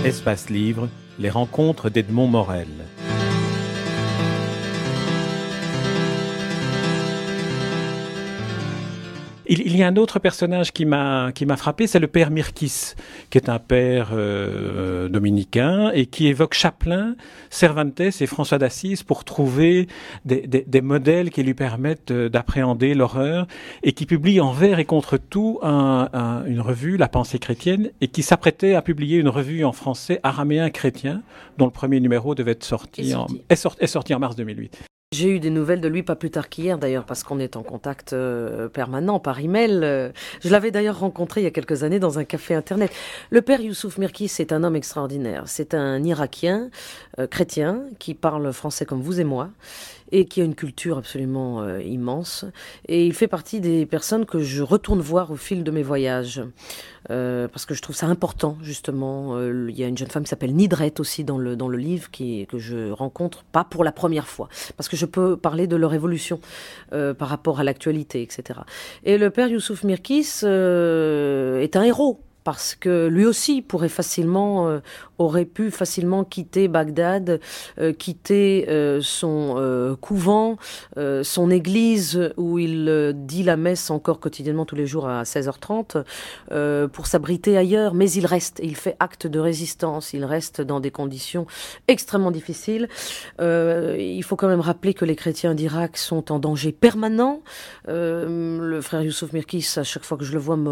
Espace Livre, les rencontres d'Edmond Morel. Il y a un autre personnage qui m'a frappé, c'est le père Mirkis, qui est un père dominicain et qui évoque Chaplin, Cervantes et François d'Assise pour trouver des modèles qui lui permettent d'appréhender l'horreur, et qui publie en vers et contre tout une revue, La Pensée chrétienne, et qui s'apprêtait à publier une revue en français araméen chrétien, dont le premier numéro devait être sorti en mars 2008. J'ai eu des nouvelles de lui pas plus tard qu'hier d'ailleurs, parce qu'on est en contact permanent par email. Je l'avais d'ailleurs rencontré il y a quelques années dans un café internet. Le père Youssouf Mirkis est un homme extraordinaire. C'est un Irakien chrétien qui parle français comme vous et moi et qui a une culture absolument immense. Et il fait partie des personnes que je retourne voir au fil de mes voyages. Parce que je trouve ça important, justement. Il y a une jeune femme qui s'appelle Nidret aussi dans le livre que je rencontre, pas pour la première fois, parce que je peux parler de leur évolution par rapport à l'actualité, etc. Et le père Youssouf Mirkis est un héros, parce que lui aussi aurait pu facilement quitter Bagdad, quitter son couvent, son église où il dit la messe encore quotidiennement tous les jours à 16h30 pour s'abriter ailleurs, mais il reste, il fait acte de résistance, il reste dans des conditions extrêmement difficiles. Il faut quand même rappeler que les chrétiens d'Irak sont en danger permanent. Le frère Youssouf Mirkis, à chaque fois que je le vois,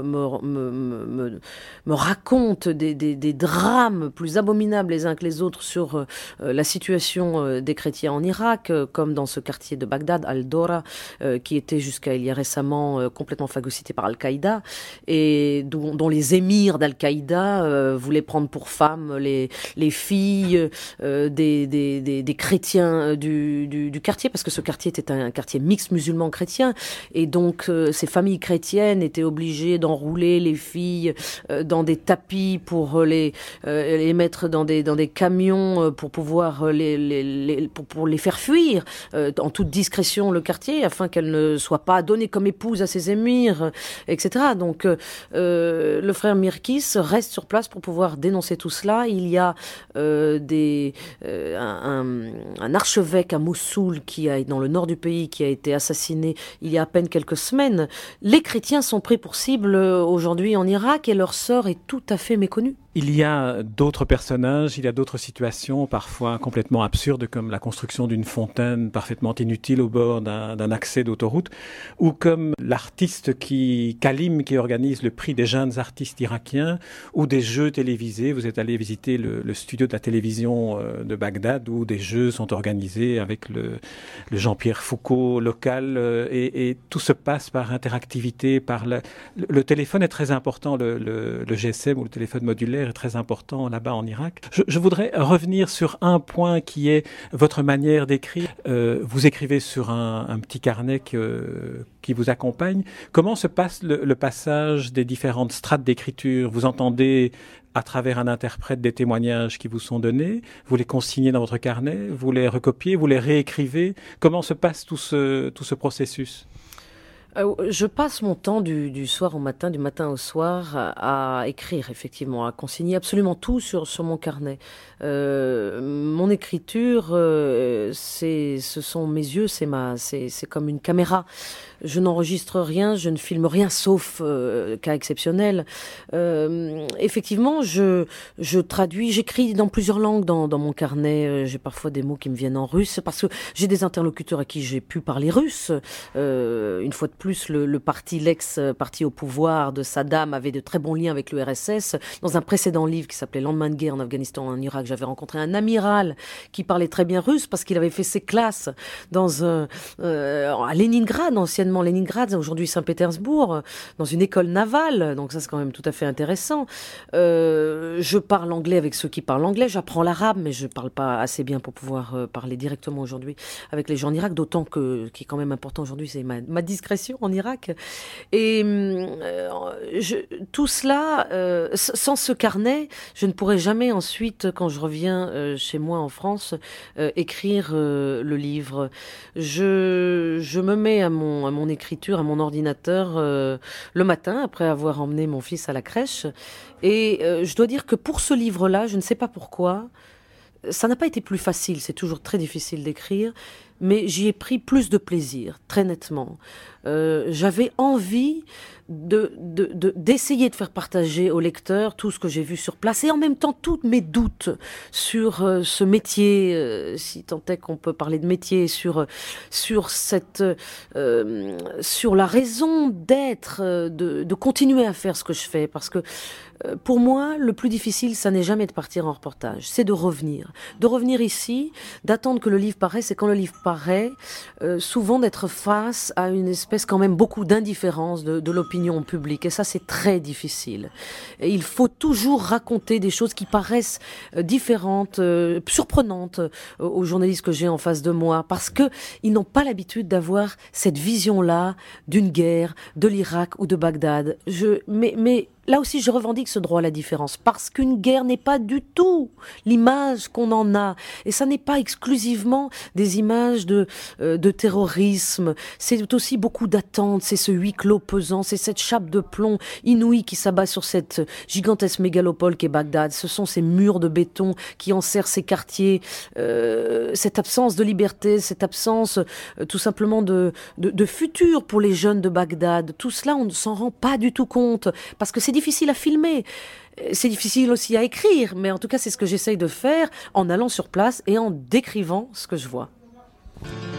me raconte des drames plus abominables les uns que les autres sur la situation des chrétiens en Irak, comme dans ce quartier de Bagdad, Al-Dora, qui était jusqu'à il y a récemment complètement phagocyté par Al-Qaïda, et dont les émirs d'Al-Qaïda voulaient prendre pour femmes les filles des chrétiens du quartier, parce que ce quartier était un quartier mixte musulman-chrétien, et donc ces familles chrétiennes étaient obligées d'enrouler les filles dans des tapis pour les mettre dans des camions pour pouvoir pour les faire fuir en toute discrétion le quartier, afin qu'elles ne soient pas données comme épouses à ces émirs, etc. Donc le frère Mirkis reste sur place pour pouvoir dénoncer tout cela. Il y a un archevêque à Mossoul dans le nord du pays, qui a été assassiné il y a à peine quelques semaines. Les chrétiens sont pris pour cible aujourd'hui en Irak, et leur sort est tout à fait méconnu. Il y a d'autres personnages, il y a d'autres situations parfois complètement absurdes, comme la construction d'une fontaine parfaitement inutile au bord d'un accès d'autoroute, ou comme l'artiste Kalim, qui organise le prix des jeunes artistes irakiens, ou des jeux télévisés. Vous êtes allé visiter le studio de la télévision de Bagdad, où des jeux sont organisés avec le Jean-Pierre Foucault local, et tout se passe par interactivité, le téléphone est très important, le GSM ou le téléphone modulaire est très important là-bas en Irak. Je voudrais revenir sur un point qui est votre manière d'écrire. Vous écrivez sur un petit carnet qui vous accompagne. Comment se passe le passage des différentes strates d'écriture? Vous entendez à travers un interprète des témoignages qui vous sont donnés, vous les consignez dans votre carnet, vous les recopiez, vous les réécrivez. Comment se passe tout ce processus? Je passe mon temps du soir au matin, du matin au soir à écrire, effectivement, à consigner absolument tout sur mon carnet. Mon écriture, ce sont mes yeux, c'est comme une caméra. Je n'enregistre rien, je ne filme rien, sauf cas exceptionnel. Effectivement, je traduis, j'écris dans plusieurs langues dans mon carnet. J'ai parfois des mots qui me viennent en russe, parce que j'ai des interlocuteurs à qui j'ai pu parler russe. Une fois de plus, l'ex-parti au pouvoir de Saddam avait de très bons liens avec l'URSS. Dans un précédent livre qui s'appelait Lendemain de guerre en Afghanistan, en Irak, j'avais rencontré un amiral qui parlait très bien russe, parce qu'il avait fait ses classes à Leningrad, anciennement Leningrad, aujourd'hui Saint-Pétersbourg, dans une école navale. Donc ça, c'est quand même tout à fait intéressant. Je parle anglais avec ceux qui parlent anglais. J'apprends l'arabe, mais je parle pas assez bien pour pouvoir parler directement aujourd'hui avec les gens en Irak, d'autant que, ce qui est quand même important aujourd'hui, c'est ma discrétion situation en Irak. Et tout cela, sans ce carnet, je ne pourrais jamais ensuite, quand je reviens chez moi en France, écrire le livre. Je me mets à mon écriture, à mon ordinateur le matin, après avoir emmené mon fils à la crèche. Et je dois dire que pour ce livre-là, je ne sais pas pourquoi, ça n'a pas été plus facile, c'est toujours très difficile d'écrire, mais j'y ai pris plus de plaisir, très nettement. J'avais envie d'essayer de faire partager au lecteur tout ce que j'ai vu sur place et en même temps tous mes doutes sur ce métier, si tant est qu'on peut parler de métier, sur la raison d'être, de continuer à faire ce que je fais, parce que pour moi, le plus difficile, ça n'est jamais de partir en reportage, c'est de revenir ici, d'attendre que le livre paraisse, et quand le livre paraît, souvent d'être face à une espèce quand même beaucoup d'indifférence de l'opinion publique, et ça c'est très difficile. Et il faut toujours raconter des choses qui paraissent différentes, surprenantes aux journalistes que j'ai en face de moi, parce que ils n'ont pas l'habitude d'avoir cette vision-là d'une guerre, de l'Irak ou de Bagdad. Mais là aussi, je revendique ce droit à la différence, parce qu'une guerre n'est pas du tout l'image qu'on en a. Et ça n'est pas exclusivement des images de terrorisme. C'est aussi beaucoup d'attentes, c'est ce huis clos pesant, c'est cette chape de plomb inouïe qui s'abat sur cette gigantesque mégalopole qu'est Bagdad. Ce sont ces murs de béton qui enserrent ces quartiers, cette absence de liberté, cette absence tout simplement de futur pour les jeunes de Bagdad. Tout cela, on ne s'en rend pas du tout compte, parce que c'est difficile à filmer. C'est difficile aussi à écrire, mais en tout cas, c'est ce que j'essaye de faire en allant sur place et en décrivant ce que je vois.